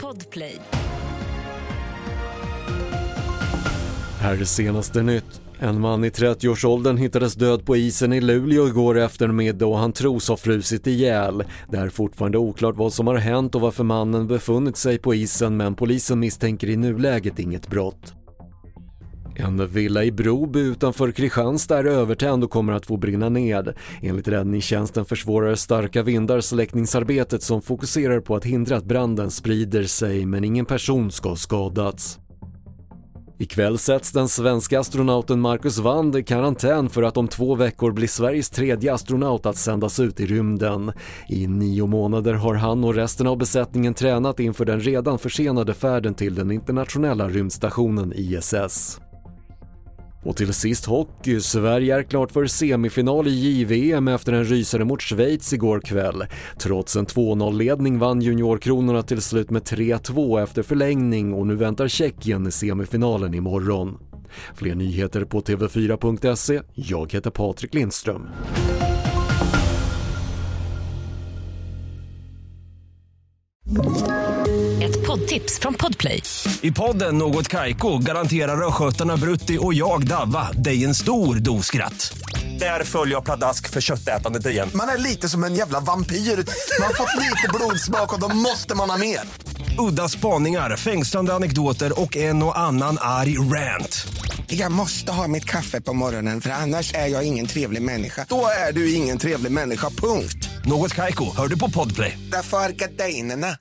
Podplay. Här är senaste nytt. En man i 30-årsåldern hittades död på isen i Luleå igår eftermiddag och han tros ha frusit ihjäl. Det är fortfarande oklart vad som har hänt och varför mannen befunnit sig på isen, men polisen misstänker i nuläget inget brott. En villa i Broby utanför Kristianstad är övertänd och kommer att få brinna ned. Enligt räddningstjänsten försvårar starka vindar släckningsarbetet som fokuserar på att hindra att branden sprider sig, men ingen person ska ha skadats. Ikväll sätts den svenska astronauten Marcus Wandt i karantän för att om 2 veckor blir Sveriges 3:e astronaut att sändas ut i rymden. I 9 månader har han och resten av besättningen tränat inför den redan försenade färden till den internationella rymdstationen ISS. Och till sist hockey. Sverige är klart för semifinal i JVM efter en rysare mot Schweiz igår kväll. Trots en 2-0-ledning vann juniorkronorna till slut med 3-2 efter förlängning och nu väntar Tjeckien i semifinalen imorgon. Fler nyheter på tv4.se. Jag heter Patrik Lindström. Ett poddtips från Podplay. I podden Något Kaiko garanterar röskötarna Brutti och jag Davva dig en stor doskratt. Där följer jag pladask för köttätandet igen. Man är lite som en jävla vampyr. Man har fått lite blodsmak och då måste man ha mer. Udda spaningar, fängslande anekdoter och en och annan arg rant. Jag måste ha mitt kaffe på morgonen för annars är jag ingen trevlig människa. Då är du ingen trevlig människa, punkt. Något Kaiko, hör du på Podplay. Därför är gardinerna.